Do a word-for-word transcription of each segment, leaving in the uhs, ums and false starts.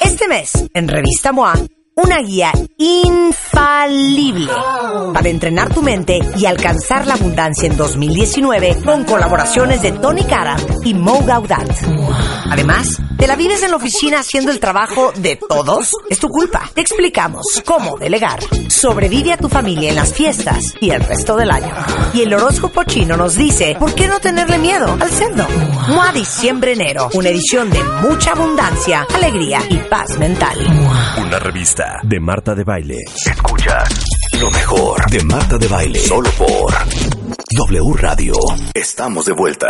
Este mes, en Revista M O A, una guía infalible para entrenar tu mente y alcanzar la abundancia en dos mil diecinueve con colaboraciones de Tony Karam y Mo Gaudat. Además, ¿te la vives en la oficina haciendo el trabajo de todos? Es tu culpa. Te explicamos cómo delegar. Sobrevive a tu familia en las fiestas y el resto del año. Y el horóscopo chino nos dice ¿por qué no tenerle miedo al cerdo? M O A Diciembre-Enero, una edición de mucha abundancia, alegría y paz mental. Una revista de Marta de Baile. Escucha lo mejor de Marta de Baile. Solo por W Radio. Estamos de vuelta.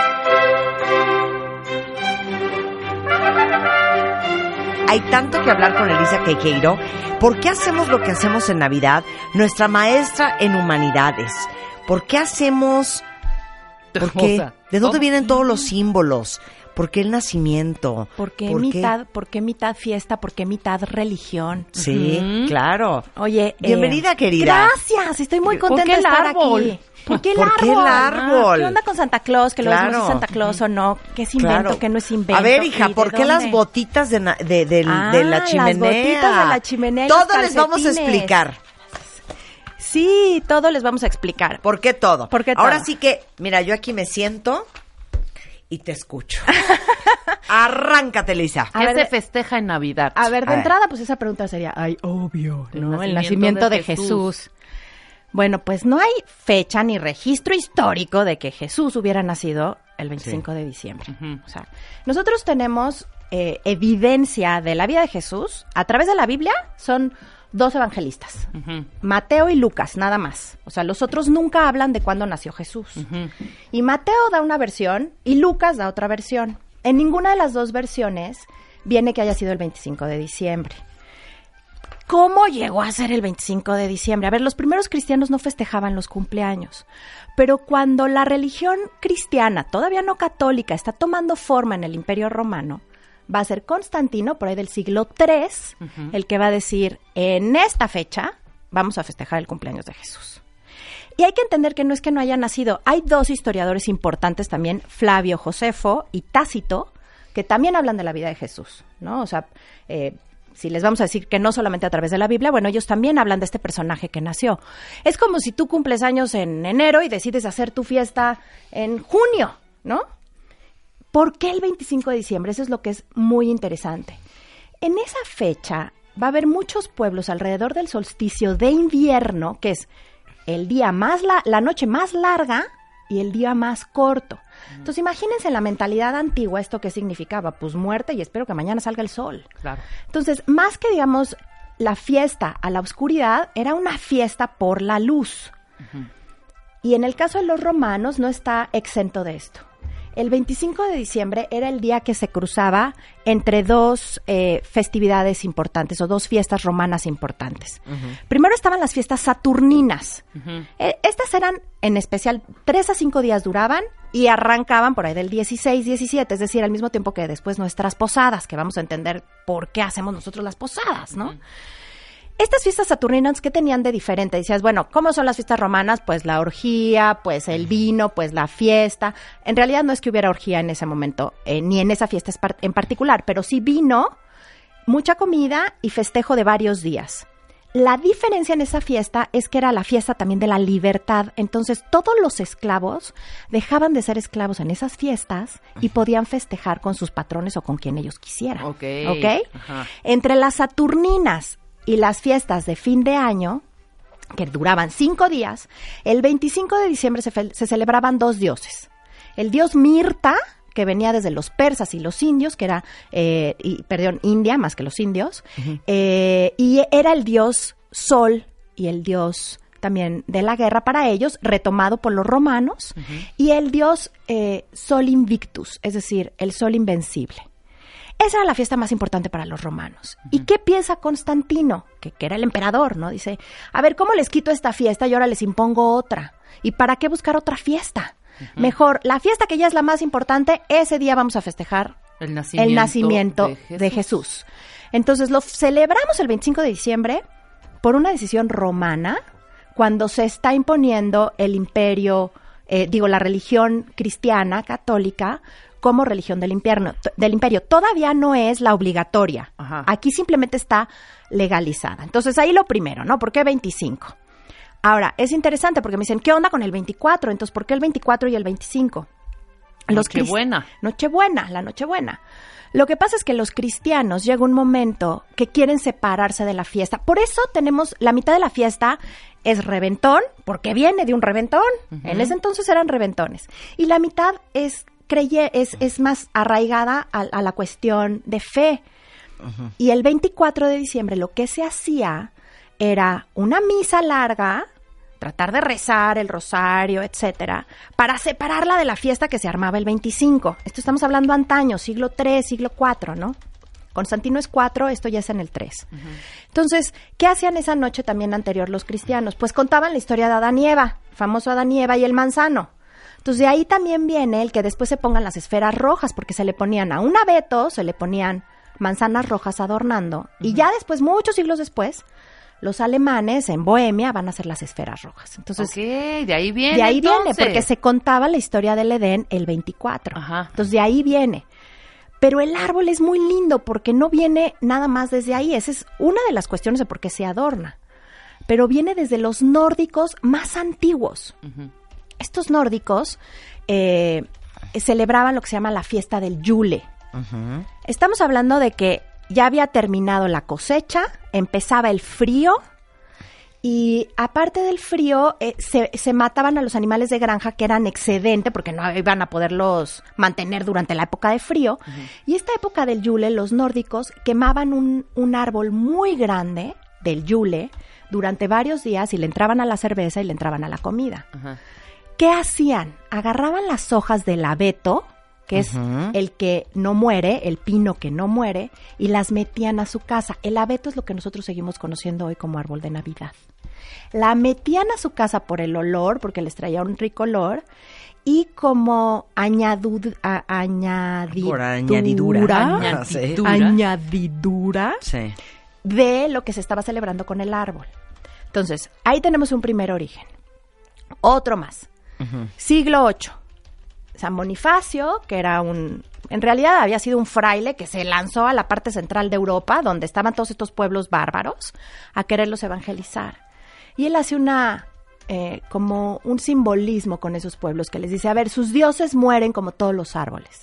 Hay tanto que hablar con Elisa Queijeiro. ¿Por qué hacemos lo que hacemos en Navidad? Nuestra maestra en humanidades. ¿Por qué hacemos...? ¿Por qué? ¿De dónde vienen todos los símbolos? ¿Por qué el nacimiento? ¿Por qué ¿Por mitad, qué? ¿por qué mitad fiesta? ¿Por qué mitad religión? Sí, uh-huh. Claro. Oye, bienvenida, eh, querida. Gracias, estoy muy contenta ¿Por qué de el estar árbol? aquí. ¿Por qué el ¿Por árbol? qué el árbol? ¿Qué onda con Santa Claus? Que Claro. luego no es Santa Claus o no. ¿Qué es invento? Claro. ¿Qué no es invento? A ver, hija, ¿Y ¿por de qué dónde? las botitas de, na- de, de, Ah, de la chimenea? las botitas de la chimenea y Todo los les vamos a calcetines. explicar. Sí, todo les vamos a explicar. ¿Por qué todo? ¿Por qué todo? Ahora sí que, mira, yo aquí me siento y te escucho. Arráncate, Elisa. A ¿Qué ver, se de- festeja en Navidad? A ver, de A ver. entrada, pues esa pregunta sería, ay, obvio, El ¿no? El nacimiento nacimiento de de Jesús. Jesús. Bueno, pues no hay fecha ni registro histórico de que Jesús hubiera nacido el veinticinco de diciembre. Ujú. O sea, nosotros tenemos eh, evidencia de la vida de Jesús a través de la Biblia. Son dos evangelistas, Ujú. Mateo y Lucas, nada más. O sea, los otros nunca hablan de cuándo nació Jesús. Ujú. Y Mateo da una versión y Lucas da otra versión. En ninguna de las dos versiones viene que haya sido el veinticinco de diciembre. ¿Cómo llegó a ser el veinticinco de diciembre? A ver, los primeros cristianos no festejaban los cumpleaños, pero cuando la religión cristiana, todavía no católica, está tomando forma en el Imperio Romano, va a ser Constantino, por ahí del siglo tres, uh-huh. el que va a decir, en esta fecha vamos a festejar el cumpleaños de Jesús. Y hay que entender que no es que no haya nacido. Hay dos historiadores importantes también, Flavio Josefo y Tácito, que también hablan de la vida de Jesús, ¿no? O sea, eh, si les vamos a decir que no solamente a través de la Biblia, bueno, ellos también hablan de este personaje que nació. Es como si tú cumples años en enero y decides hacer tu fiesta en junio, ¿no? ¿Por qué el veinticinco de diciembre? Eso es lo que es muy interesante. En esa fecha va a haber muchos pueblos alrededor del solsticio de invierno, que es el día más la, la noche más larga y el día más corto. Entonces, imagínense en la mentalidad antigua esto que significaba, pues muerte y espero que mañana salga el sol. Claro. Entonces, más que, digamos, la fiesta a la oscuridad, era una fiesta por la luz. Uh-huh. Y en el caso de los romanos no está exento de esto. El veinticinco de diciembre era el día que se cruzaba entre dos eh, festividades importantes o dos fiestas romanas importantes. Uh-huh. Primero estaban las fiestas saturninas. Uh-huh. Eh, estas eran, en especial, tres a cinco días duraban y arrancaban por ahí del dieciséis, diecisiete, es decir, al mismo tiempo que después nuestras posadas, que vamos a entender por qué hacemos nosotros las posadas, ¿no? Uh-huh. Estas fiestas saturninas, ¿qué tenían de diferente? Decías, bueno, ¿cómo son las fiestas romanas? Pues la orgía, pues el vino, pues la fiesta. En realidad no es que hubiera orgía en ese momento, eh, ni en esa fiesta en particular, pero sí vino, mucha comida y festejo de varios días. La diferencia en esa fiesta es que era la fiesta también de la libertad. Entonces, todos los esclavos dejaban de ser esclavos en esas fiestas y podían festejar con sus patrones o con quien ellos quisieran. Ok. ¿Ok? Ajá. Entre las saturninas y las fiestas de fin de año, que duraban cinco días, el veinticinco de diciembre se, fe- se celebraban dos dioses. El dios Mirta, que venía desde los persas y los indios, que era, eh, y, perdón, India más que los indios, uh-huh. eh, y era el dios Sol y el dios también de la guerra para ellos, retomado por los romanos, uh-huh. y el dios eh, Sol Invictus, es decir, el Sol Invencible. Esa era la fiesta más importante para los romanos. Uh-huh. ¿Y qué piensa Constantino? Que, que era el emperador, ¿no? Dice, a ver, ¿cómo les quito esta fiesta y ahora les impongo otra? ¿Y para qué buscar otra fiesta? Uh-huh. Mejor, la fiesta que ya es la más importante, ese día vamos a festejar el nacimiento, el nacimiento de, Jesús. de Jesús. Entonces, lo celebramos el veinticinco de diciembre por una decisión romana, cuando se está imponiendo el imperio, eh, digo, la religión cristiana, católica, como religión del imperio. Del imperio. Todavía no es la obligatoria. Ajá. Aquí simplemente está legalizada. Entonces, ahí lo primero, ¿no? ¿Por qué veinticinco? Ahora, es interesante porque me dicen, ¿qué onda con el veinticuatro? Entonces, ¿por qué el veinticuatro y el veinticinco? Nochebuena. Crist- Nochebuena, la Nochebuena. Lo que pasa es que los cristianos llega un momento que quieren separarse de la fiesta. Por eso tenemos la mitad de la fiesta es reventón, porque viene de un reventón. Uh-huh. En ese entonces eran reventones. Y la mitad es creye es, es más arraigada a, a la cuestión de fe. Uh-huh. Y el veinticuatro de diciembre lo que se hacía era una misa larga, tratar de rezar el rosario, etcétera, para separarla de la fiesta que se armaba el veinticinco. Esto estamos hablando antaño, siglo tres, siglo cuatro, ¿no? Constantino es cuatro, esto ya es en el tres. Uh-huh. Entonces, ¿qué hacían esa noche también anterior los cristianos? Pues contaban la historia de Adán y Eva, famoso Adán y Eva y el manzano. Entonces, de ahí también viene el que después se pongan las esferas rojas, porque se le ponían a un abeto, se le ponían manzanas rojas adornando, uh-huh. y ya después, muchos siglos después, los alemanes en Bohemia van a hacer las esferas rojas. Entonces, okay, de ahí viene. De ahí entonces. viene, porque se contaba la historia del Edén el veinticuatro. Ajá. Entonces, de ahí viene. Pero el árbol es muy lindo porque no viene nada más desde ahí. Esa es una de las cuestiones de por qué se adorna. Pero viene desde los nórdicos más antiguos. Uh-huh. Estos nórdicos eh, celebraban lo que se llama la fiesta del Yule. Uh-huh. Estamos hablando de que ya había terminado la cosecha, empezaba el frío y aparte del frío eh, se, se mataban a los animales de granja que eran excedente porque no iban a poderlos mantener durante la época de frío. Uh-huh. Y esta época del Yule, los nórdicos quemaban un, un árbol muy grande del Yule durante varios días y le entraban a la cerveza y le entraban a la comida. Uh-huh. ¿Qué hacían? Agarraban las hojas del abeto, que es uh-huh. el que no muere, el pino que no muere, y las metían a su casa. El abeto es lo que nosotros seguimos conociendo hoy como árbol de Navidad. La metían a su casa por el olor, porque les traía un rico olor, y como añadud, a, añadidura, por añadidura, añadidura, añadidura sí. de lo que se estaba celebrando con el árbol. Entonces, ahí tenemos un primer origen. Otro más. Uh-huh. Siglo ocho. San Bonifacio, que era un... En realidad había sido un fraile que se lanzó a la parte central de Europa, donde estaban todos estos pueblos bárbaros, a quererlos evangelizar. Y él hace una... Eh, como un simbolismo con esos pueblos, que les dice, a ver, sus dioses mueren como todos los árboles.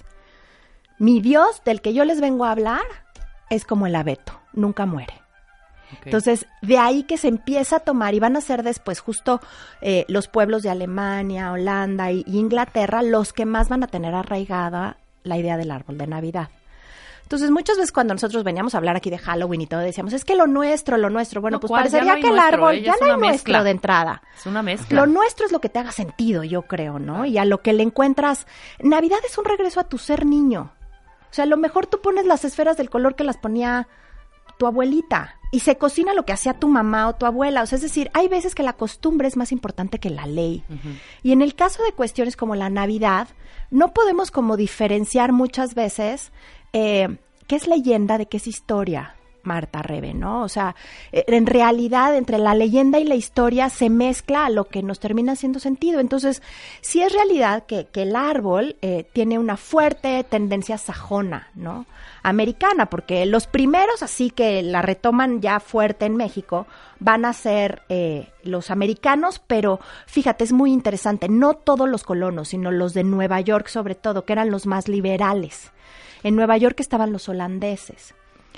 Mi Dios, del que yo les vengo a hablar, es como el abeto, nunca muere. Okay. Entonces, de ahí que se empieza a tomar, y van a ser después justo eh, los pueblos de Alemania, Holanda y, y Inglaterra los que más van a tener arraigada la idea del árbol de Navidad. Entonces, muchas veces cuando nosotros veníamos a hablar aquí de Halloween y todo, decíamos, es que lo nuestro, lo nuestro. Bueno, no, pues ¿cuál? parecería no que el nuestro, árbol ya es no hay mezcla. nuestro de entrada. Es una mezcla. Lo nuestro es lo que te haga sentido, yo creo, ¿no? Y a lo que le encuentras... Navidad es un regreso a tu ser niño. O sea, a lo mejor tú pones las esferas del color que las ponía tu abuelita y se cocina lo que hacía tu mamá o tu abuela. O sea, es decir, hay veces que la costumbre es más importante que la ley. Uh-huh. Y en el caso de cuestiones como la Navidad, no podemos como diferenciar muchas veces eh, qué es leyenda de qué es historia, Marta Rebe, ¿no? O sea, en realidad entre la leyenda y la historia se mezcla a lo que nos termina haciendo sentido. Entonces, sí es realidad que, que el árbol eh, tiene una fuerte tendencia sajona, ¿no? Americana, porque los primeros así que la retoman ya fuerte en México van a ser eh, los americanos, pero fíjate, es muy interesante, no todos los colonos, sino los de Nueva York sobre todo, que eran los más liberales. En Nueva York estaban los holandeses.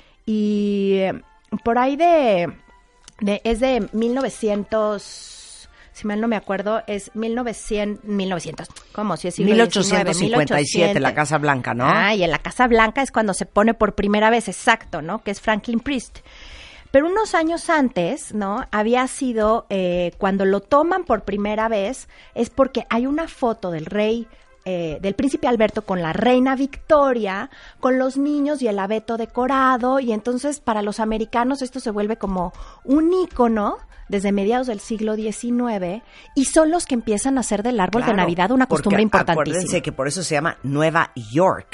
Y eh, por ahí de, de, es de mil novecientos, si mal no me acuerdo, es mil novecientos, mil novecientos, ¿cómo? Si es siglo mil ochocientos cincuenta y siete, diecinueve, la Casa Blanca, ¿no? Ah, y en la Casa Blanca es cuando se pone por primera vez, exacto, ¿no? Que es Franklin Priest. Pero unos años antes, ¿no? Había sido, eh, cuando lo toman por primera vez, es porque hay una foto del rey Eh, del príncipe Alberto con la reina Victoria, con los niños y el abeto decorado, y entonces para los americanos esto se vuelve como un ícono desde mediados del siglo diecinueve, y son los que empiezan a hacer del árbol claro, de Navidad una costumbre importantísima. Acuérdense que por eso se llama Nueva York.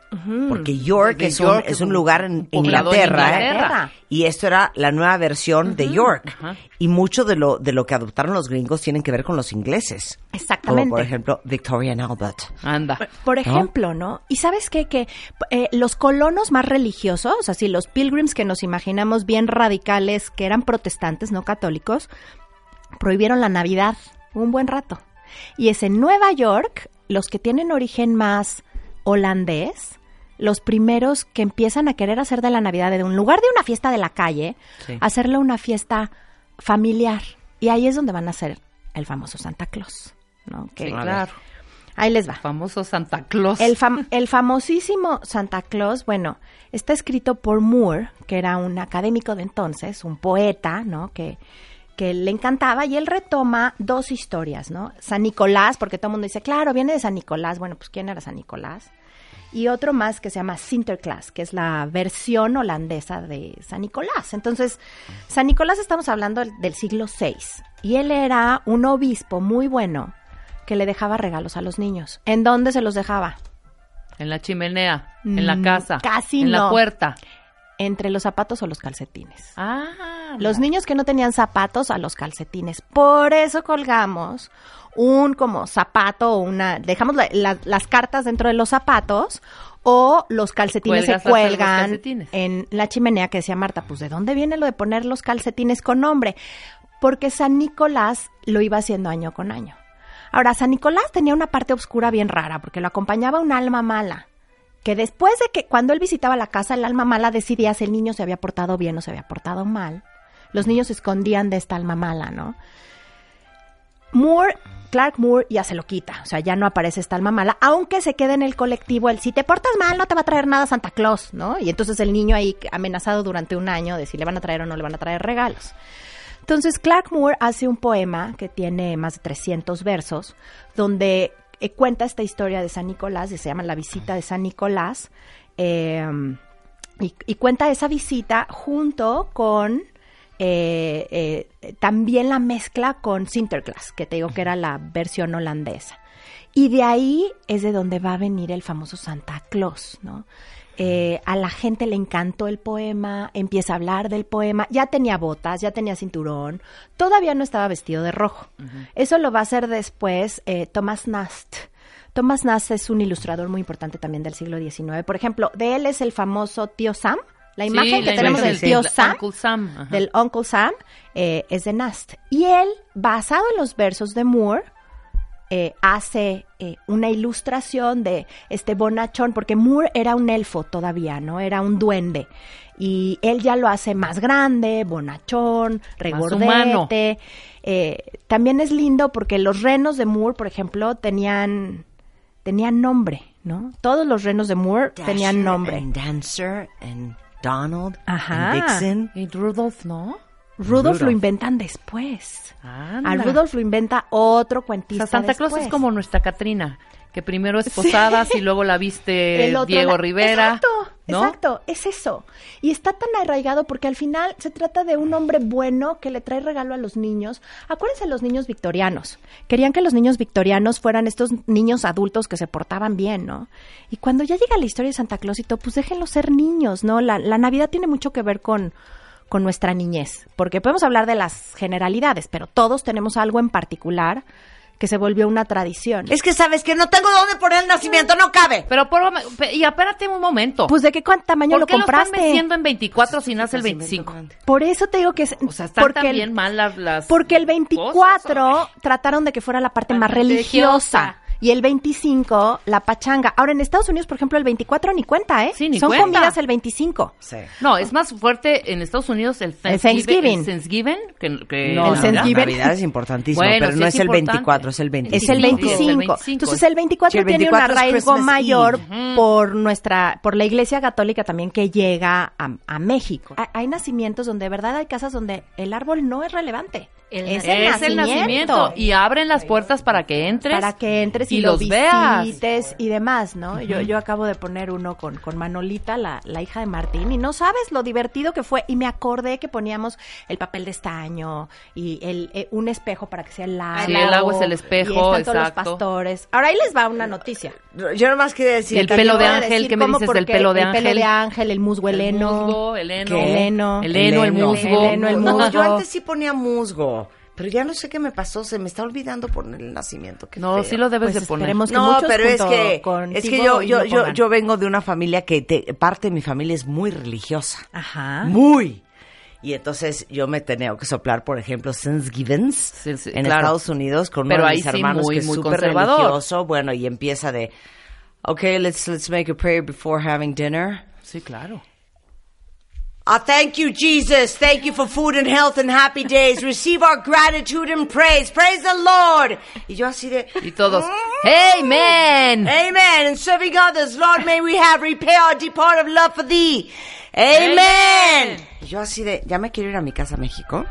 Porque York, De es, York un, es un lugar en poblado en Inglaterra, ¿eh? Inglaterra. Y esto era la nueva versión de York. Ajá. Y mucho de lo de lo que adoptaron los gringos tienen que ver con los ingleses. Exactamente. Como por ejemplo Victoria and Albert. Anda. Por ejemplo, ¿no? Y sabes qué, que eh, los colonos más religiosos, así los pilgrims que nos imaginamos bien radicales, que eran protestantes, no católicos, prohibieron la Navidad un buen rato. Y es en Nueva York, los que tienen origen más holandés, los primeros que empiezan a querer hacer de la Navidad, de un lugar de una fiesta de la calle, Sí. hacerla una fiesta familiar. Y ahí es donde van a hacer el famoso Santa Claus, ¿no? Que, Sí, claro. Ahí les va. Famoso Santa Claus. El, fam- el famosísimo Santa Claus, bueno, está escrito por Moore, que era un académico de entonces, un poeta, ¿no? Que, que le encantaba, y él retoma dos historias, ¿no? San Nicolás, porque todo el mundo dice, claro, viene de San Nicolás. Bueno, pues ¿quién era San Nicolás? Y otro más que se llama Sinterklaas, que es la versión holandesa de San Nicolás. Entonces, San Nicolás estamos hablando del, del siglo seis, y él era un obispo muy bueno que le dejaba regalos a los niños. ¿En dónde se los dejaba? En la chimenea, en la Mm, casa. casi en no. la puerta. Entre los zapatos o los calcetines. Ah. Los niños que no tenían zapatos, a los calcetines. Por eso colgamos un como zapato o una... Dejamos la- la- las cartas dentro de los zapatos, o los calcetines Cuelgas se hasta los cuelgan calcetines. en la chimenea, que decía Marta, pues ¿de dónde viene lo de poner los calcetines con nombre? Porque San Nicolás lo iba haciendo año con año. Ahora, San Nicolás tenía una parte oscura bien rara, porque lo acompañaba un alma mala, que después de que, cuando él visitaba la casa, el alma mala decidía si el niño se había portado bien o se había portado mal. Los niños se escondían de esta alma mala, ¿no? Moore, Clark Moore ya se lo quita, o sea, ya no aparece esta alma mala, aunque se quede en el colectivo el si te portas mal no te va a traer nada Santa Claus, ¿no? Y entonces el niño ahí amenazado durante un año de si le van a traer o no le van a traer regalos. Entonces Clark Moore hace un poema que tiene más de trescientos versos, donde eh, cuenta esta historia de San Nicolás, y se llama La visita de San Nicolás, eh, y, y cuenta esa visita junto con eh, eh, también la mezcla con Sinterklaas, que te digo que era la versión holandesa. Y de ahí es de donde va a venir el famoso Santa Claus, ¿no? Eh, a la gente le encantó el poema, empieza a hablar del poema, ya tenía botas, ya tenía cinturón, todavía no estaba vestido de rojo. Uh-huh. Eso lo va a hacer después eh, Thomas Nast. Thomas Nast es un ilustrador muy importante también del siglo diecinueve. Por ejemplo, de él es el famoso Tío Sam. La imagen sí, que la tenemos imagen, del sí, Tío del Sam, Uncle Sam. Ajá. del Uncle Sam, eh, es de Nast. Y él, basado en los versos de Moore, Eh, hace eh, una ilustración de este bonachón, porque Moore era un elfo todavía, ¿no? Era un duende. Y él ya lo hace más grande, bonachón, regordete. Eh, también es lindo porque los renos de Moore, por ejemplo, tenían, tenían nombre, ¿no? Todos los renos de Moore Dasher tenían nombre. And Dancer, and Donald, Ajá. and Dixon. Y Rudolph, ¿no? Rudolph, Rudolph. lo inventan después. Anda. A Rudolph lo inventa otro O cuentista sea, Santa Claus después. es como nuestra Catrina, que primero es Posadas y luego la viste El otro Diego la- Rivera. Exacto, ¿no? exacto, es eso. Y está tan arraigado porque al final se trata de un hombre bueno que le trae regalo a los niños. Acuérdense los niños victorianos. Querían que los niños victorianos fueran estos niños adultos que se portaban bien, ¿no? Y cuando ya llega la historia de Santa Claus y todo, pues déjenlos ser niños, ¿no? La, la Navidad tiene mucho que ver con... con nuestra niñez, porque podemos hablar de las generalidades, pero todos tenemos algo en particular que se volvió una tradición. Es que sabes que no tengo dónde poner el nacimiento, no cabe. Pero por, y espérate un momento. Pues de qué cuán tamaño ¿Por lo qué compraste. lo están vendiendo en veinticuatro si nace el veinticinco? Por eso te digo que es O sea, están porque también el, mal las, las porque el veinticuatro cosas, trataron de que fuera la parte más Religiosa. religiosa. Y el veinticinco, la pachanga. Ahora, en Estados Unidos, por ejemplo, el veinticuatro ni cuenta, ¿eh? Sí, ni Son cuenta. comidas el veinticinco. Sí. No, es más fuerte en Estados Unidos el El Thanksgiving. Thanksgiving. El Thanksgiving que, que No, El no, Thanksgiving. la Navidad es importantísimo, Bueno, pero sí no es es, el importante. veinticuatro, es el veinticinco. Es el Sí, veinticinco. es el veinticinco. Entonces el veinticuatro Sí, el tiene un veinticuatro es arraigo Christmas mayor Eve. por nuestra, por la Iglesia Católica también que llega a, a México. Hay, hay nacimientos donde de verdad hay casas donde el árbol no es relevante. El es es el nacimiento. Y abren las puertas para que entres. Para que entres y, y lo los veas. visites y demás, ¿no? Uh-huh. Yo yo acabo de poner uno con, con Manolita, la, la hija de Martín, y no sabes lo divertido que fue. Y me acordé que poníamos el papel de estaño y el eh, un espejo para que sea el lago. Sí, el agua es el espejo, y están exacto. todos los pastores. Ahora ahí les va una noticia. Yo nomás quería decir... El que pelo de yo- ángel, ¿qué me cómo, dices del porque pelo de el ángel? pelo de ángel, el musgo, el El heno. musgo, el heno. ¿Qué? El heno. El heno, el musgo. El heno, el No, musgo. yo antes sí ponía musgo, pero ya no sé qué me pasó, se me está olvidando poner el nacimiento. Qué No, feo. sí lo debes Pues de poner. esperemos que No, muchos pero es junto que contigo es que yo y yo lo yo pongan. yo vengo de una familia que te- parte de mi familia es muy religiosa. Ajá. Muy. Y entonces yo me tenía que soplar, por ejemplo, Thanksgiving Sí, sí, en claro. Estados Unidos con Pero uno de ahí mis sí, hermanos muy, que es muy súper conservador. religioso. Bueno, y empieza de, okay, let's let's make a prayer before having dinner. Sí, claro. I thank you, Jesus. Thank you for food and health and happy days. Receive our gratitude and praise. Praise the Lord. Y yo así de... Y todos, ¡Amen! Amen. And serving others, Lord, may we have repay our deep heart of love for thee. Amen. Amen. Y yo así de, ya me quiero ir a mi casa a México.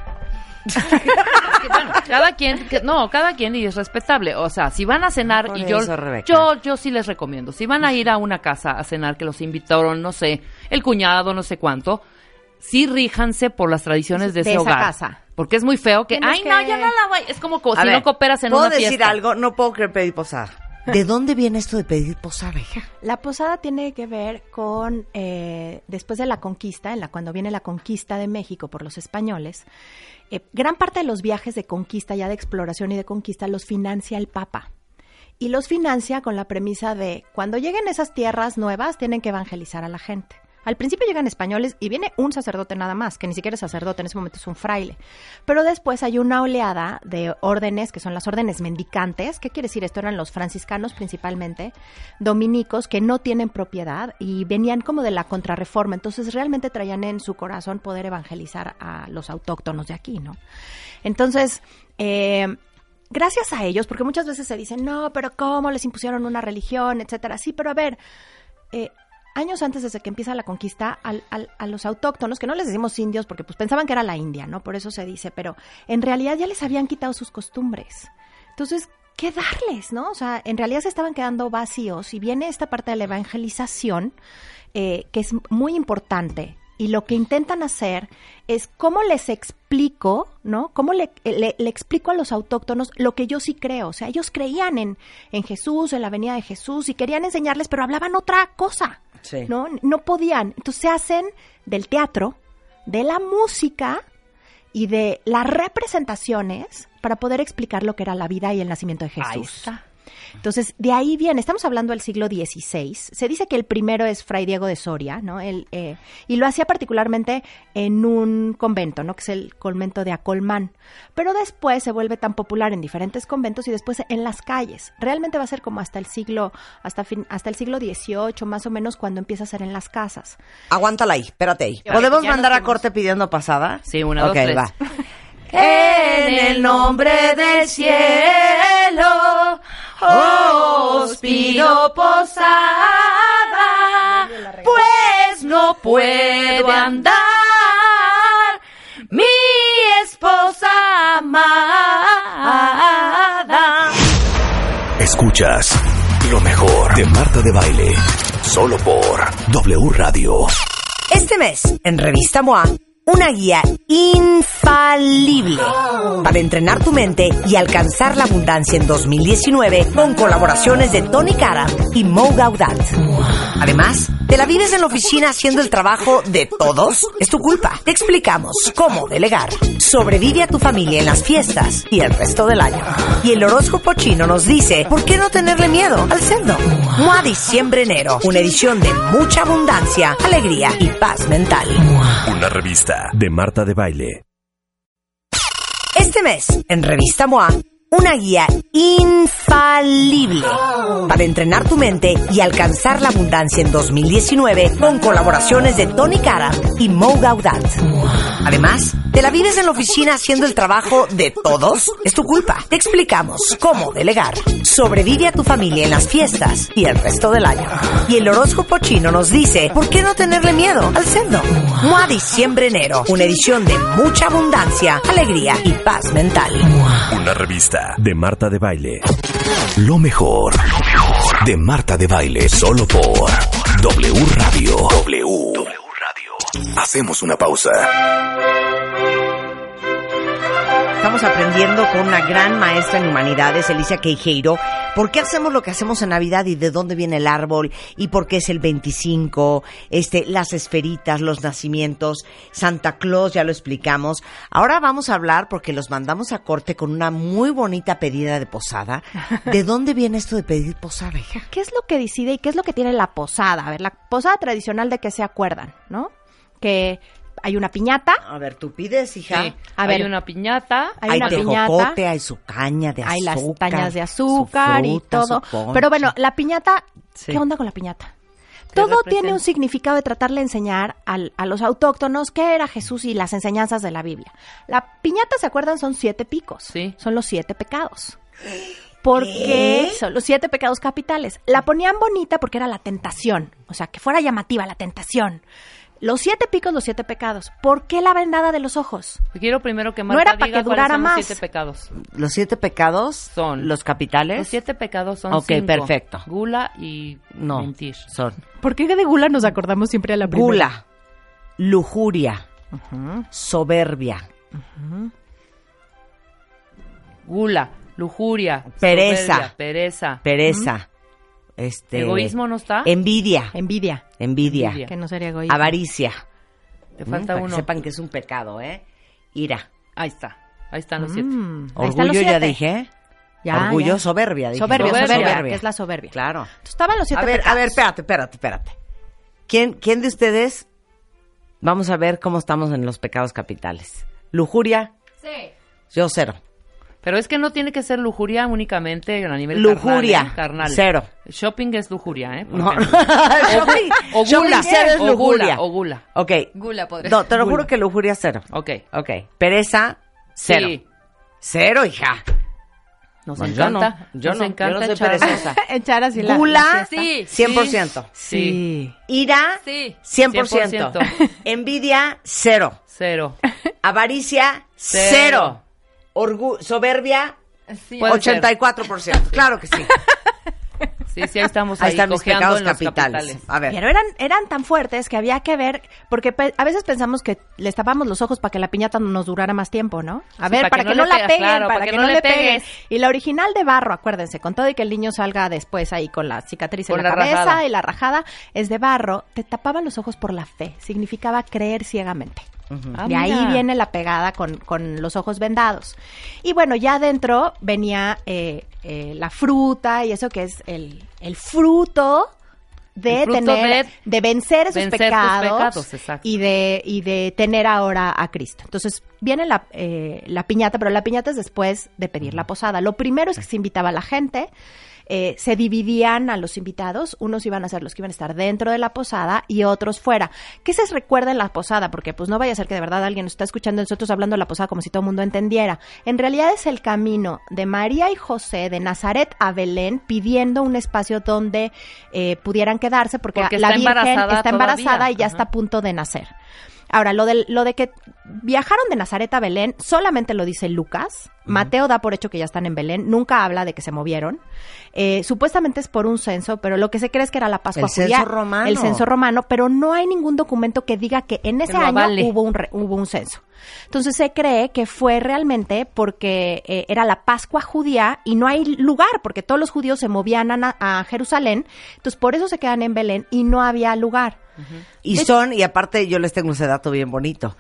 Que, bueno, cada quien, que- no, cada quien y es respetable. O sea, si van a cenar Por y yo, eso, Rebeca. yo, yo sí les recomiendo. Si van a ir a una casa a cenar que los invitaron, no sé, el cuñado, no sé cuánto, sí ríjanse por las tradiciones de ese De esa hogar. casa. Porque es muy feo que, Tienes ay, no, que- ya no la voy. Es como co- A si ver, no cooperas en ¿puedo una decir fiesta. algo? No puedo creer pedir posada. ¿De dónde viene esto de pedir posada, hija? La posada tiene que ver con, eh, después de la conquista, en la cuando viene la conquista de México por los españoles, eh, gran parte de los viajes de conquista, ya de exploración y de conquista, los financia el Papa. Y los financia con la premisa de, cuando lleguen esas tierras nuevas, tienen que evangelizar a la gente. Al principio llegan españoles y viene un sacerdote nada más, que ni siquiera es sacerdote, en ese momento es un fraile. Pero después hay una oleada de órdenes, que son las órdenes mendicantes. ¿Qué quiere decir esto? Eran los franciscanos principalmente, dominicos, que no tienen propiedad y venían como de la contrarreforma. Entonces realmente traían en su corazón poder evangelizar a los autóctonos de aquí, ¿no? Entonces... Eh, gracias a ellos, porque muchas veces se dicen, no, pero ¿cómo les impusieron una religión, etcétera? Sí, pero a ver, eh, años antes desde que empieza la conquista, al, al, a los autóctonos, que no les decimos indios porque pues pensaban que era la India, ¿no? Por eso se dice, pero en realidad ya les habían quitado sus costumbres. Entonces, ¿qué darles, no? O sea, en realidad se estaban quedando vacíos y viene esta parte de la evangelización, eh, que es muy importante. Y lo que intentan hacer es cómo les explico, ¿no? Cómo le, le, le explico a los autóctonos lo que yo sí creo. O sea, ellos creían en, en Jesús, en la venida de Jesús, y querían enseñarles, pero hablaban otra cosa, Sí. ¿no? No podían. Entonces se hacen del teatro, de la música y de las representaciones para poder explicar lo que era la vida y el nacimiento de Jesús. Ahí está. Entonces, de ahí viene, estamos hablando del siglo dieciséis, se dice que el primero es Fray Diego de Soria, ¿no? Él, eh, y lo hacía particularmente en un convento, ¿no? Que es el convento de Acolmán, pero después se vuelve tan popular en diferentes conventos y después en las calles. Realmente va a ser como hasta el siglo, hasta, fin, hasta el siglo dieciocho, más o menos, cuando empieza a ser en las casas. Aguántala ahí, espérate ahí. Ya, ¿Podemos ya mandar nos a corte pidiendo pasada? Sí, una, dos, Ok, tres. va. En el nombre del cielo os pido posada, pues no puedo andar mi esposa amada. Escuchas lo mejor de Marta de Baile, solo por W Radio. Este mes, en Revista M O A, una guía infalible para entrenar tu mente y alcanzar la abundancia en dos mil diecinueve con colaboraciones de Tony Karam y Mo Gaudat. Además, ¿te la vives en la oficina haciendo el trabajo de todos? Es tu culpa. Te explicamos cómo delegar. Sobrevive a tu familia en las fiestas y el resto del año. Y el horóscopo chino nos dice, ¿por qué no tenerle miedo al cerdo? M O A Diciembre-Enero, una edición de mucha abundancia, alegría y paz mental. Una revista de Marta de Baile. Este mes, en Revista M O A, una guía infalible para entrenar tu mente y alcanzar la abundancia en dos mil diecinueve con colaboraciones de Tony Karam y Mo Gaudat. Además, ¿te la vives en la oficina haciendo el trabajo de todos? Es tu culpa. Te explicamos cómo delegar. Sobrevive a tu familia en las fiestas y el resto del año. Y el horóscopo chino nos dice, ¿por qué no tenerle miedo al cerdo? M O A Diciembre-Enero, una edición de mucha abundancia, alegría y paz mental. Una revista pista de Marta de Baile. Lo mejor, lo mejor de Marta de Baile, solo por W Radio. W. W Radio. Hacemos una pausa. Estamos aprendiendo con una gran maestra en humanidades, Alicia Queijeiro, por qué hacemos lo que hacemos en Navidad y de dónde viene el árbol y por qué es el veinticinco, este, las esferitas, los nacimientos, Santa Claus, ya lo explicamos. Ahora vamos a hablar, porque los mandamos a corte con una muy bonita pedida de posada. ¿De dónde viene esto de pedir posada, hija? ¿Qué es lo que decide y qué es lo que tiene la posada? A ver, la posada tradicional, ¿de qué se acuerdan, no? Que hay una piñata. A ver, tú pides, hija. Sí, A hay ver. una piñata. Hay Hay una tejocote, piñata. hay su caña de azúcar. Hay las cañas de azúcar su y fruta, todo. su ponche. Pero bueno, la piñata, Sí. ¿qué onda con la piñata? ¿Qué Todo representa? tiene un significado de tratarle de enseñar al- a los autóctonos qué era Jesús y las enseñanzas de la Biblia. La piñata, ¿se acuerdan? Son siete picos. Sí. Son los siete pecados. Porque son los siete pecados capitales. La ponían bonita porque era la tentación. O sea, que fuera llamativa la tentación. Los siete picos, los siete pecados. ¿Por qué la vendada de los ojos? Quiero primero que No Marta era pa' diga que cuáles durara son más. los siete pecados. Los siete pecados Son los capitales. Los siete pecados son Ok, cinco. perfecto. Gula y No, mentir. son ¿Por qué de gula nos acordamos siempre a la gula, lujuria, soberbia, Gula, lujuria, Pereza. soberbia, pereza. pereza, este, ¿Egoísmo no está? envidia, Envidia. envidia, Envidia. Que no sería egoísta. avaricia. Te Mm, falta para que uno. sepan que es un pecado, ¿eh? Ira, Ahí está. Ahí están los siete. Mm, ahí están los orgullo, ya siete. dije. Ya, Orgullo, ya. soberbia, dije. Soberbia, Soberbia. soberbia, que es la soberbia. Claro. Entonces, estaban los siete A ver, pecados. a ver, espérate, espérate, espérate. ¿Quién, quién de ustedes? Vamos a ver cómo estamos en los pecados capitales. Lujuria, Sí. yo cero. Pero es que no tiene que ser lujuria únicamente a nivel Lujuria, carnal, ¿eh? Carnal. cero. Shopping es lujuria, ¿eh? Por No. ejemplo. Shopping- o shopping gula. cero es O lujuria. gula, o gula. Ok. Gula podría No, te lo Gula. juro que lujuria cero. Ok. Ok. Pereza, cero. Sí. Cero, hija. Nos Bueno, yo encanta. no, yo nos no, encanta yo no soy echar- perezosa. Echar así la Gula, la fiesta. Sí. cien por ciento. Sí. Ira, Sí. cien por ciento. cien por ciento. Envidia, cero. Cero. Avaricia, Cero. cero. Orgu- soberbia, Puede ochenta y cuatro por ciento. Claro que sí. ser. Sí, sí, ahí estamos Ahí ahí, están mis cojeando pecados en los capitales. capitales. A ver. Pero eran, eran tan fuertes que había que ver, porque pe- a veces pensamos que les tapamos los ojos para que la piñata nos durara más tiempo, ¿no? A Sí, ver, para, que, no, le la pegas, peguen, claro, para, que, no le peguen. pegues. Y la original de barro, acuérdense, con todo y que el niño salga después ahí con la cicatriz en Con la, la cabeza rajada. y la rajada, es de barro, te tapaban los ojos por la fe, significaba creer ciegamente. Ah, De ahí mira. viene la pegada con, con los ojos vendados. Y bueno, ya adentro venía eh, eh, la fruta y eso que es el, el fruto de El fruto tener, de, de vencer esos vencer tus pecados, pecados, exacto. y de y de tener ahora a Cristo. Entonces viene la, eh, la piñata, pero la piñata es después de pedir la posada. Lo primero es que se invitaba a la gente. Eh, se dividían a los invitados, unos iban a ser los que iban a estar dentro de la posada y otros fuera. ¿Qué se recuerda en la posada? Porque pues no vaya a ser que de verdad alguien nos está escuchando nosotros hablando de la posada como si todo el mundo entendiera. En realidad es el camino de María y José de Nazaret a Belén pidiendo un espacio donde eh, pudieran quedarse porque, Porque la está Virgen embarazada está embarazada todavía. y ya Ajá. está a punto de nacer. Ahora, lo de, lo de que viajaron de Nazaret a Belén, solamente lo dice Lucas. Mateo da por hecho que ya están en Belén, nunca habla de que se movieron. Eh, supuestamente es por un censo, pero lo que se cree es que era la Pascua El judía. censo romano. El censo romano, pero no hay ningún documento que diga que en ese lo año avale. hubo un, re- hubo un censo. Entonces se cree que fue realmente porque eh, era la Pascua judía y no hay lugar, porque todos los judíos se movían a, Na- a Jerusalén, entonces por eso se quedan en Belén y no había lugar. Y son, y aparte yo les tengo ese dato bien bonito.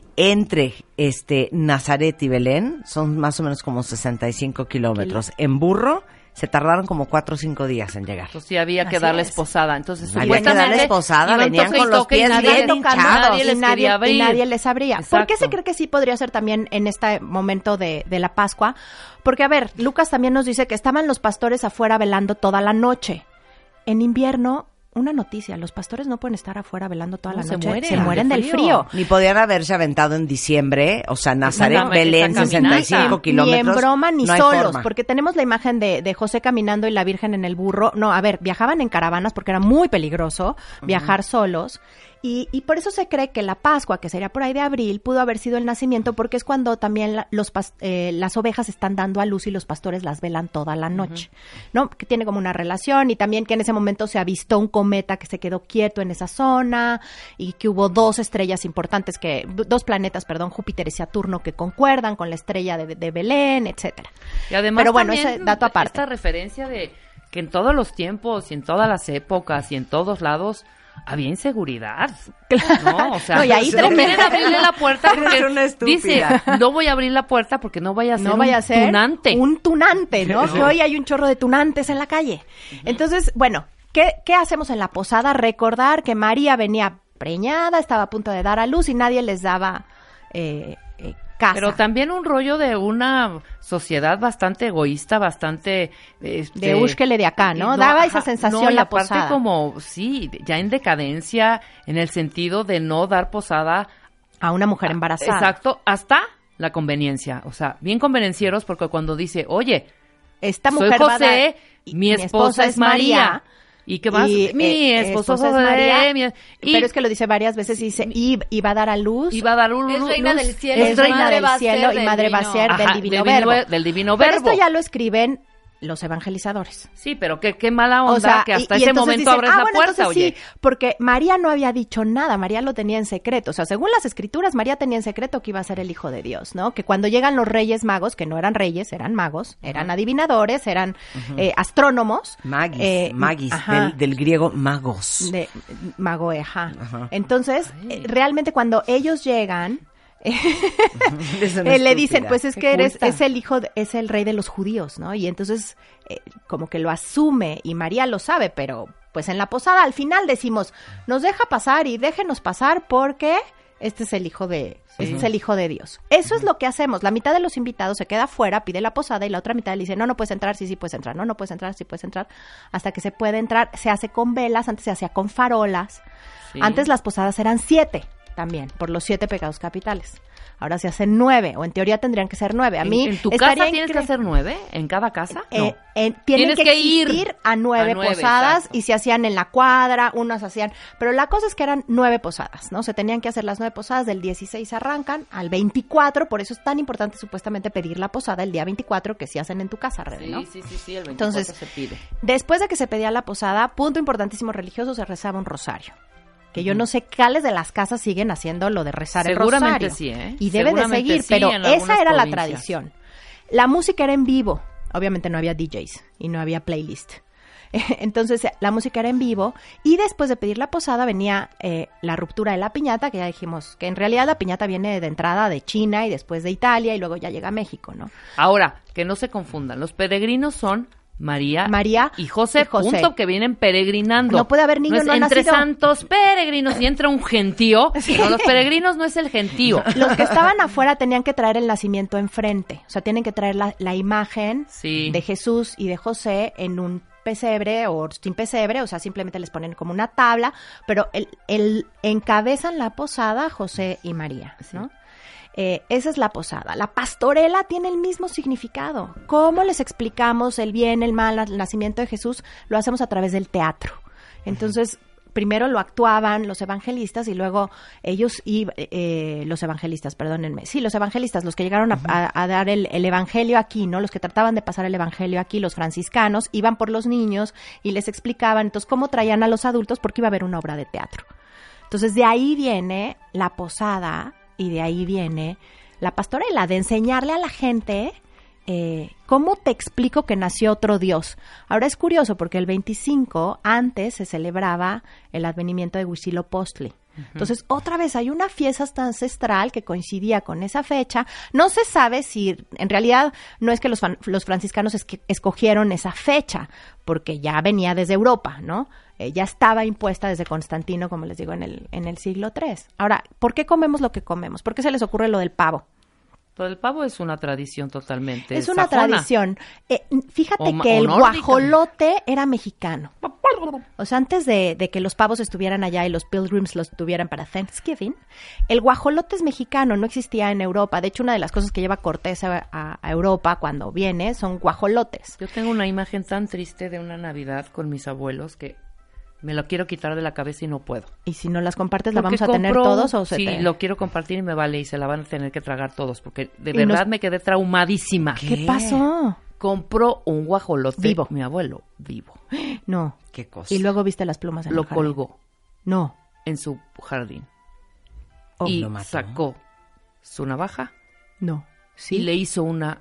Entre este Nazaret y Belén son más o menos como sesenta y cinco kilómetros. En burro se tardaron como cuatro o cinco días en llegar. Entonces sí había que Así darles es. posada. Entonces Había que supuestamente darles posada, iban venían toque y con los toque y pies nadie- bien tocando, hinchados. nadie les y nadie, quería abrir. y nadie les abría. ¿Por qué Exacto. se cree que sí podría ser también en este momento de, de la Pascua? Porque, a ver, Lucas también nos dice que estaban los pastores afuera velando toda la noche. En invierno, una noticia, los pastores no pueden estar afuera velando toda No, la se noche. mueren se mueren de del frío. frío. Ni podían haberse aventado en diciembre, o sea, Nazaret, Nada más, Belén, esa sesenta y cinco caminata. kilómetros. Ni en broma ni no hay solos, forma. porque tenemos la imagen de, de José caminando y la Virgen en el burro. No, a ver, viajaban en caravanas porque era muy peligroso viajar solos Y, y por eso se cree que la Pascua, que sería por ahí de abril, pudo haber sido el nacimiento, porque es cuando también la, los pas, eh, las ovejas están dando a luz y los pastores las velan toda la noche, uh-huh. ¿no? Que tiene como una relación, y también que en ese momento se avistó un cometa que se quedó quieto en esa zona, y que hubo dos estrellas importantes, que dos planetas, perdón, Júpiter y Saturno, que concuerdan con la estrella de, de Belén, etcétera. Y además Pero bueno, ese dato aparte. Esta referencia de que en todos los tiempos y en todas las épocas y en todos lados había inseguridad, ¿no? O sea, no, y ahí no quieren abrirle la puerta porque dice, no voy a abrir la puerta porque no vaya a ser no vaya un a ser tunante. Un tunante, ¿no? no. Que hoy hay un chorro de tunantes en la calle. Uh-huh. Entonces, bueno, ¿qué, ¿qué hacemos en la posada? Recordar que María venía preñada, estaba a punto de dar a luz y nadie les daba eh, eh, casa. Pero también un rollo de una sociedad bastante egoísta, bastante... Este, de búsquele de acá, ¿no? no Daba ajá, esa sensación no, y la aparte posada. como, sí, ya en decadencia, en el sentido de no dar posada... A una mujer embarazada. Exacto, hasta la conveniencia. O sea, bien convenencieros, porque cuando dice, oye, esta mujer soy José, va a dar, mi, mi esposa, esposa es María... María ¿Y qué más? Y, mi eh, esposo es María, mi, y, pero es que lo dice varias veces y dice, y, y va a dar a luz. Y va a dar luz. Es reina luz, del cielo. Es reina del cielo y madre va a ser del divino verbo. Del divino pero verbo. esto ya lo escriben los evangelizadores. Sí, pero qué, qué mala onda, o sea, que hasta y, ese y momento dicen, abres ah, la bueno, puerta, oye. Sí, porque María no había dicho nada, María lo tenía en secreto. O sea, según las escrituras, María tenía en secreto que iba a ser el hijo de Dios, ¿no? Que cuando llegan los reyes magos, que no eran reyes, eran magos, eran uh-huh. adivinadores, eran uh-huh. eh, astrónomos. Magis, eh, magis, del, del griego magos. De, magoeja. Uh-huh. Entonces, eh, realmente cuando ellos llegan... eh, le dicen, pues es que eres es el hijo, de, es el rey de los judíos, ¿no? Y entonces eh, como que lo asume y María lo sabe, pero pues en la posada al final decimos, nos deja pasar y déjenos pasar porque este es el hijo de, sí. este es el hijo de Dios. Eso uh-huh. es lo que hacemos. La mitad de los invitados se queda afuera, pide la posada y la otra mitad le dice, no, no puedes entrar, sí, sí puedes entrar, no, no puedes entrar, sí puedes entrar, hasta que se puede entrar. Se hace con velas, antes se hacía con farolas, sí. Antes las posadas eran siete. También, por los siete pecados capitales. Ahora se hacen nueve, o en teoría tendrían que ser nueve. A mí ¿En, en tu casa tienes incre... que hacer nueve? ¿En cada casa? Eh, no. eh, tienen tienes que, que existir ir a nueve, a nueve posadas, exacto. Y se hacían en la cuadra, unas hacían... Pero la cosa es que eran nueve posadas, ¿no? Se tenían que hacer las nueve posadas, del dieciséis arrancan al veinticuatro, por eso es tan importante supuestamente pedir la posada el día veinticuatro, que sí hacen en tu casa, Rebe, sí, ¿no? Sí, sí, sí, el veinticuatro Entonces, se pide. Después de que se pedía la posada, punto importantísimo religioso, se rezaba un rosario. Que yo no sé cuáles de las casas siguen haciendo lo de rezar el rosario. Seguramente sí, ¿eh? Y debe de seguir, sí, pero esa era provincias. La tradición. La música era en vivo. Obviamente no había D Js y no había playlist. Entonces, la música era en vivo y después de pedir la posada venía eh, la ruptura de la piñata, que ya dijimos que en realidad la piñata viene de entrada de China y después de Italia y luego ya llega a México, ¿no? Ahora, que no se confundan, los peregrinos son... María, María y José, y José, punto, que vienen peregrinando. No puede haber niños no, es no entre nacido. santos peregrinos y entra un gentío. Sí. No, los peregrinos no es el gentío. Los que estaban afuera tenían que traer el nacimiento enfrente. O sea, tienen que traer la, la imagen sí. de Jesús y de José en un pesebre o sin pesebre, o sea, simplemente les ponen como una tabla, pero el, el encabezan la posada José y María, ¿no? Sí. Eh, esa es la posada. La pastorela tiene el mismo significado. ¿Cómo les explicamos el bien, el mal, el nacimiento de Jesús? Lo hacemos a través del teatro. Entonces, primero lo actuaban los evangelistas y luego ellos, y, eh, los evangelistas, perdónenme, sí, los evangelistas, los que llegaron a, a, a dar el, el evangelio aquí, ¿no? Los que trataban de pasar el evangelio aquí, los franciscanos, iban por los niños y les explicaban, entonces, cómo traían a los adultos porque iba a haber una obra de teatro. Entonces, de ahí viene la posada. Y de ahí viene la pastorela, de enseñarle a la gente eh, cómo te explico que nació otro Dios. Ahora es curioso porque el veinticinco antes se celebraba el advenimiento de Huitzilopochtli. Uh-huh. Entonces, otra vez hay una fiesta ancestral que coincidía con esa fecha. No se sabe si, en realidad, no es que los, fan, los franciscanos es que escogieron esa fecha, porque ya venía desde Europa, ¿no? Eh, ya estaba impuesta desde Constantino, como les digo, en el, en el siglo tercero. Ahora, ¿por qué comemos lo que comemos? ¿Por qué se les ocurre lo del pavo? Lo del pavo es una tradición totalmente Es una sajona. tradición. Eh, fíjate o, que o el nórdica. guajolote era mexicano. O sea, antes de, de que los pavos estuvieran allá y los pilgrims los tuvieran para Thanksgiving, el guajolote es mexicano, no existía en Europa. De hecho, una de las cosas que lleva Cortés a, a, a Europa cuando viene son guajolotes. Yo tengo una imagen tan triste de una Navidad con mis abuelos que Me lo quiero quitar de la cabeza y no puedo. Y si no las compartes, ¿la Porque vamos a tener compró- todos o se Sí, te... lo quiero compartir y me vale y se la van a tener que tragar todos porque de Y verdad nos- me quedé traumadísima. ¿Qué pasó? Compró un guajolote. Vivo. Mi abuelo, vivo. No. Qué cosa. Y luego viste las plumas en Lo el jardín. colgó No. en su jardín. Oh, y lo mató. sacó su navaja no. Sí. y le hizo una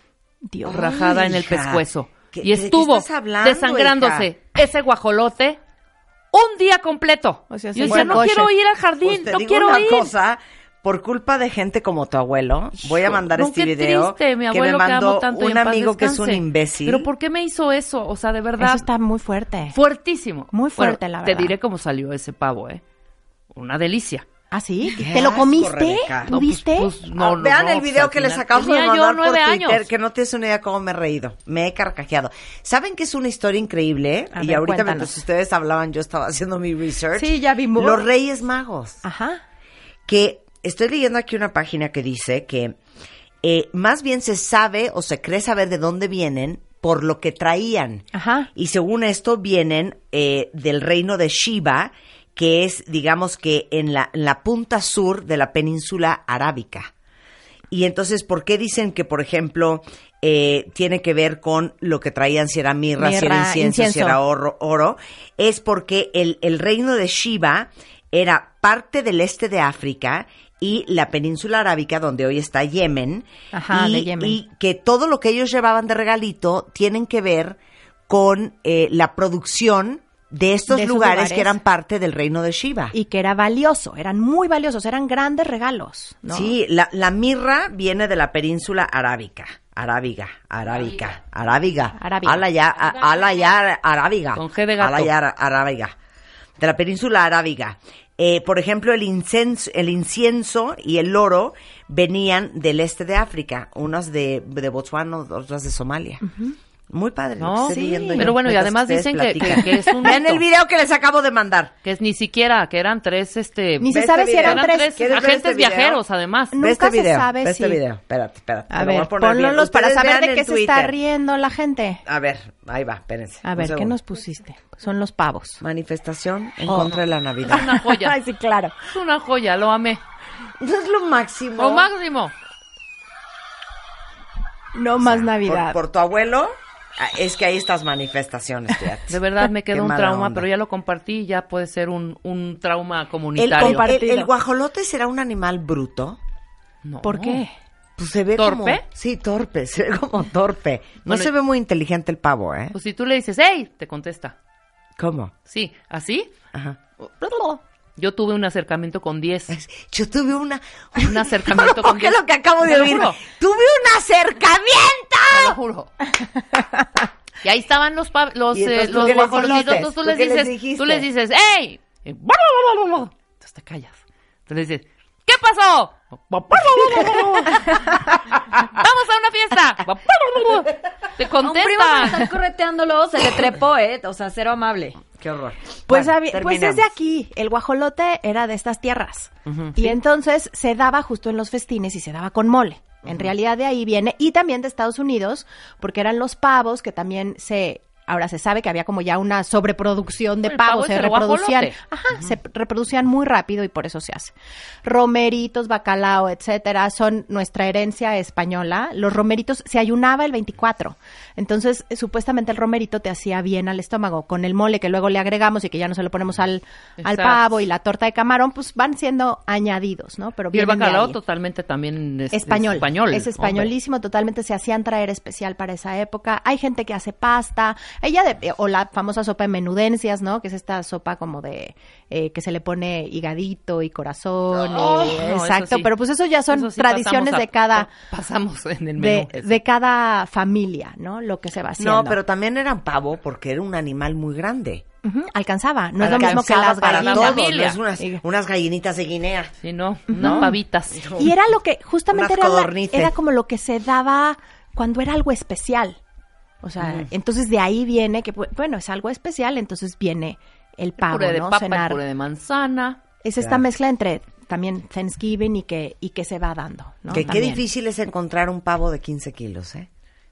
Dios. rajada en el hija. pescuezo. ¿Qué- Y de qué estuvo estás hablando, desangrándose hija? ese guajolote un día completo. O sea, Yo sí decía, fue no kosher. quiero ir al jardín, Pues te no digo quiero una ir. cosa, por culpa de gente como tu abuelo, voy a mandar No, este qué video triste, mi que me abuelo que mandó amo tanto y un en paz amigo que es un descanse. imbécil. Pero ¿por qué me hizo eso? O sea, de verdad, Eso está muy fuerte. fuertísimo. Muy fuerte, Bueno, la Te verdad. diré cómo salió ese pavo, ¿eh? Una delicia. ¿Ah, sí? Qué ¿Te lo asco, comiste? Rebeca. ¿Tú No, pues- viste? pues, no, Ah, no, vean no, el video pues, que al les final acabo de tenía yo mandar por nueve Twitter, años. que no tienes una idea cómo me he reído. Me he carcajeado. ¿Saben que es una historia increíble? A y ver, ahorita cuéntanos. mientras ustedes hablaban, yo estaba haciendo mi research. Sí, ya vimos. Los Reyes Magos. Ajá. Que estoy leyendo aquí una página que dice que eh, más bien se sabe o se cree saber de dónde vienen por lo que traían. Ajá. Y según esto vienen eh, del reino de Shiva, que es, digamos que en la, en la punta sur de la península arábica. Y entonces, ¿por qué dicen que, por ejemplo, eh, tiene que ver con lo que traían, si era mirra, si era Mirra, incienso, si incienso. era oro, oro? Es porque el, el reino de Shiva era parte del este de África y la península arábica, donde hoy está Yemen. Ajá, y, de Yemen. y que todo lo que ellos llevaban de regalito tienen que ver con eh, la producción de estos De esos lugares, lugares. que eran parte del reino de Shiva. Y que era valioso, eran muy valiosos, eran grandes regalos, ¿no? Sí, la, la mirra viene de la península arábica. Arábiga, arábica, arábiga. Arábiga. Ala ya, a- ala ya, arábiga. Con G de gato. Ala ya, ara- arábiga. De la península arábiga. Eh, por ejemplo, el incienso, el incienso y el oro venían del este de África, unas de, de Botswana, otras de Somalia. Muy padre. lo No, que estoy sí. leyendo yo, Pero bueno, y mientras además ustedes dicen que- platican. que- que es un Vean mito. el video que les acabo de mandar. Que es ni siquiera, que eran tres, este... Ni se Ve sabe este si video. eran eran tres. tres ¿Quieres ver agentes este video? viajeros, además. Nunca Ve este se video, sabe ve este si- video. Espérate, espérate. A te lo voy ver, poner bien. ponlos para Ustedes saber vean de en qué se está Twitter. riendo la gente. A ver, ahí va, espérense. A Un ver, ¿qué segundo. nos pusiste? Son los pavos. Manifestación en Oh. contra de la Es Navidad. una joya. Ay, sí, claro. Es una joya, lo amé. No es lo máximo. Lo máximo. No más Navidad. Por, por tu abuelo, ah, es que hay estas manifestaciones, fíjate. De verdad me Qué quedó un mala trauma, onda. pero ya lo compartí y ya puede ser un, un trauma ¿El, comunitario. el- el- el guajolote será un animal bruto? No. ¿Por qué? Pues se ve ¿Torpe? como... Sí, torpe, se ve como torpe. No Bueno, se ve muy inteligente el pavo, ¿eh? Pues si tú le dices, ¡hey! Te contesta. ¿Cómo? Sí, ¿así? Ajá. Yo tuve un acercamiento con diez. Yo tuve una... Un acercamiento ¿Por con qué diez. lo que acabo de Te lo oír? juro, ¡Tuve un acercamiento! te lo juro. Y ahí estaban los pa- los, ¿Y entonces eh, tú los qué les guajolotitos. dijiste? Entonces tú ¿Tú les qué les dices, dijiste? tú les dices, ¡hey! Y entonces te callas. Entonces le dices, ¿qué pasó? ¡Vamos a una fiesta! Te A un primo se contestan. está correteándolo, se le trepó, ¿eh? O sea, cero amable. ¡Qué horror! Pues, Bueno, habi- pues es terminamos. de aquí. El guajolote era de estas tierras. Y entonces se daba justo en los festines y se daba con mole. En realidad de ahí viene. Y también de Estados Unidos, porque eran los pavos que también se... Ahora se sabe que había como ya una sobreproducción de El pavo pavos, es se el reproducían, guajolote. ajá, se reproducían muy rápido y por eso se hace. Romeritos, bacalao, etcétera, son nuestra herencia española. Los romeritos se ayunaba el veinticuatro. Entonces, eh, supuestamente el romerito te hacía bien al estómago. Con el mole que luego le agregamos y que ya no se lo ponemos al, al Exacto. pavo y la torta de camarón, pues van siendo añadidos, ¿no? Pero Y el vienen de bacalao ahí. totalmente también es Español. Es español. Es españolísimo, totalmente. Se hacían traer especial para esa época. Hay gente que hace pasta. Ella de, o la famosa sopa de menudencias, ¿no? Que es esta sopa como de eh, que se le pone higadito y corazón. Oh, y- no, eso exacto. sí. Pero pues eso ya son Eso sí tradiciones pasamos a- de cada pasamos en el menú. de, eso. de cada familia, ¿no? Lo que se va haciendo. No, pero también eran pavo porque era un animal muy grande. Ujú, alcanzaba. No es lo mismo que Alcanzaba las para gallinas. todo, familia. no es unas, Sí. unas gallinitas de Guinea. Sí, no, unas pavitas. Y era lo que, justamente Unas era, la- codornices. era como lo que se daba cuando era algo especial. O sea, entonces de ahí viene que, bu- bueno, es algo especial, entonces viene el pavo, Puré de ¿no? papa, Cenar. puré de manzana. Es esta Claro. mezcla entre también Thanksgiving y que, y que se va dando, ¿no? Que qué También. difícil es encontrar un pavo de quince kilos, ¿eh?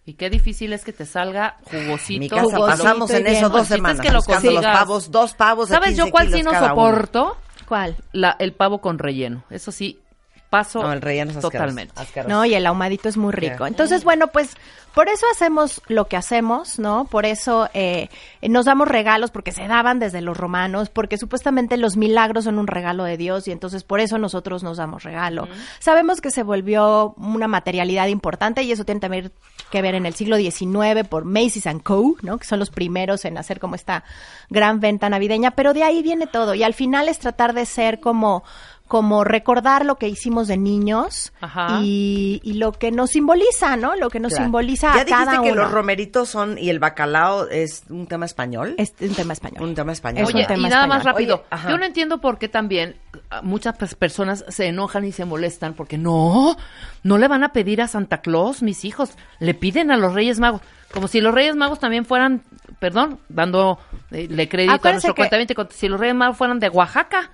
Y qué difícil es que te salga jugosito. Mi casa jugosito pasamos y en bien. eso dos El chiste es semanas que lo buscando los consigas. pavos, dos pavos de ¿Sabes quince yo cuál sí kilos no cada uno. soporto? ¿Cuál? La, el pavo con relleno. Eso sí, paso No, el relleno es asqueroso, totalmente. asqueroso. No, y el ahumadito es muy rico. Yeah. Entonces, bueno, pues por eso hacemos lo que hacemos, ¿no? Por eso eh, nos damos regalos, porque se daban desde los romanos, porque supuestamente los milagros son un regalo de Dios y entonces por eso nosotros nos damos regalo. Uh-huh. Sabemos que se volvió una materialidad importante y eso tiene también que ver en el siglo diecinueve por Macy's and Co., ¿no? Que son los primeros en hacer como esta gran venta navideña, pero de ahí viene todo y al final es tratar de ser como... como recordar lo que hicimos de niños y, y lo que nos simboliza, ¿no? Lo que nos Claro. simboliza ¿Ya a cada dijiste que uno. los romeritos son y el bacalao es un tema español? Es un tema español. Un tema español. Es un Oye, tema y nada español. más rápido. Oye, ajá. Yo no entiendo por qué también ah, muchas pues, personas se enojan y se molestan porque no, no le van a pedir a Santa Claus, mis hijos, le piden a los Reyes Magos. Como si los Reyes Magos también fueran, perdón, dando eh, le crédito Acuérdense a nuestro que- cuentaviente, como si los Reyes Magos fueran de Oaxaca.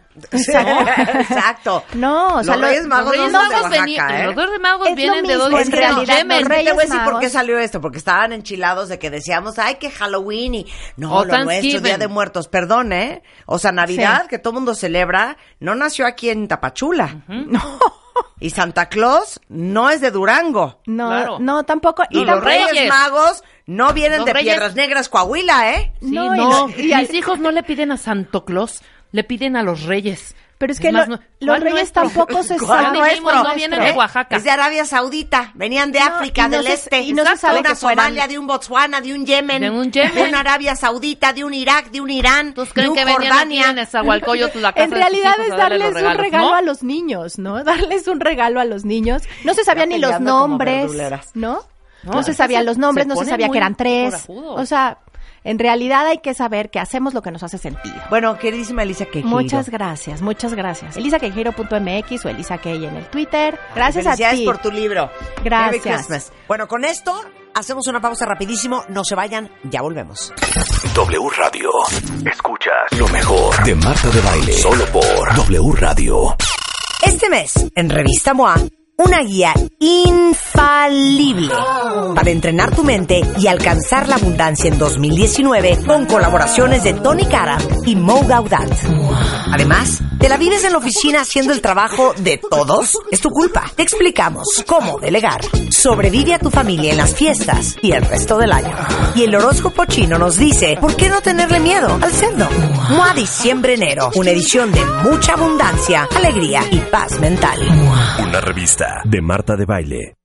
Exacto. No, o sea, los Reyes Magos los Reyes no son de Magos Oaxaca, venían- ¿eh? los Reyes Magos Es lo vienen de mismo, dos en de realidad, Yemen. los Es que te Reyes voy a decir por qué Magos- salió esto, porque estaban enchilados de que decíamos, ay, que Halloween y no, O lo nuestro, Thanksgiving. Día de Muertos, perdón, ¿eh? O sea, Navidad, Sí. que todo mundo celebra, no nació aquí en Tapachula. Y Santa Claus no es de Durango. No, Claro. no, tampoco. Y, Y, los tampoco- Reyes, Reyes. Magos no vienen Los de Reyes- Piedras Negras, Coahuila, ¿eh? Sí, No, y no, lo- y al- mis hijos no le piden a Santo Claus, le piden a los Reyes. Pero es que más, lo- no- los ¿cuál Reyes nuestro? tampoco se ¿Cuál saben. dijimos? nuestro? No vienen ¿Eh? de Oaxaca. Es de Arabia Saudita, venían de No, África y no del se- Este. y no se Exacto, sabe de una que fueran- Somalia, de un Botswana, de un Yemen, De un Yemen. de una Arabia Saudita, de un Irak, de un Irán, ¿Entonces de creen un que venían aquí Jordania. en Nezahualcóyotl, la casa En de sus realidad hijos, es a darle los darles un regalos? regalo ¿No? a los niños, ¿no? Darles un regalo a los niños. No se sabían Ya ni los peleando como nombres, verduleras. ¿no? No, No, se es sabían que los se- nombres, se no se ponen sabía que muy eran tres. corajudos. O sea, en realidad hay que saber que hacemos lo que nos hace sentido. Bueno, queridísima Elisa Quejido. Muchas gracias, muchas gracias. elisa quejido punto m x o Elisa Key en el Twitter. Gracias a Felicidades ti. por tu libro. Gracias. Merry Christmas. Bueno, con esto hacemos una pausa rapidísimo. No se vayan, ya volvemos. W Radio. Escuchas lo mejor de Marta de Baile. Solo por W Radio. Este mes, en Revista M O A, una guía infalible para entrenar tu mente y alcanzar la abundancia en dos mil diecinueve con colaboraciones de Tony Karam y Mo Gaudat. Además, ¿te la vives en la oficina haciendo el trabajo de todos? Es tu culpa. Te explicamos cómo delegar. Sobrevive a tu familia en las fiestas y el resto del año. Y el horóscopo chino nos dice, ¿por qué no tenerle miedo al cerdo? M O A Diciembre-Enero, una edición de mucha abundancia, alegría y paz mental. Una revista de Marta de Baile.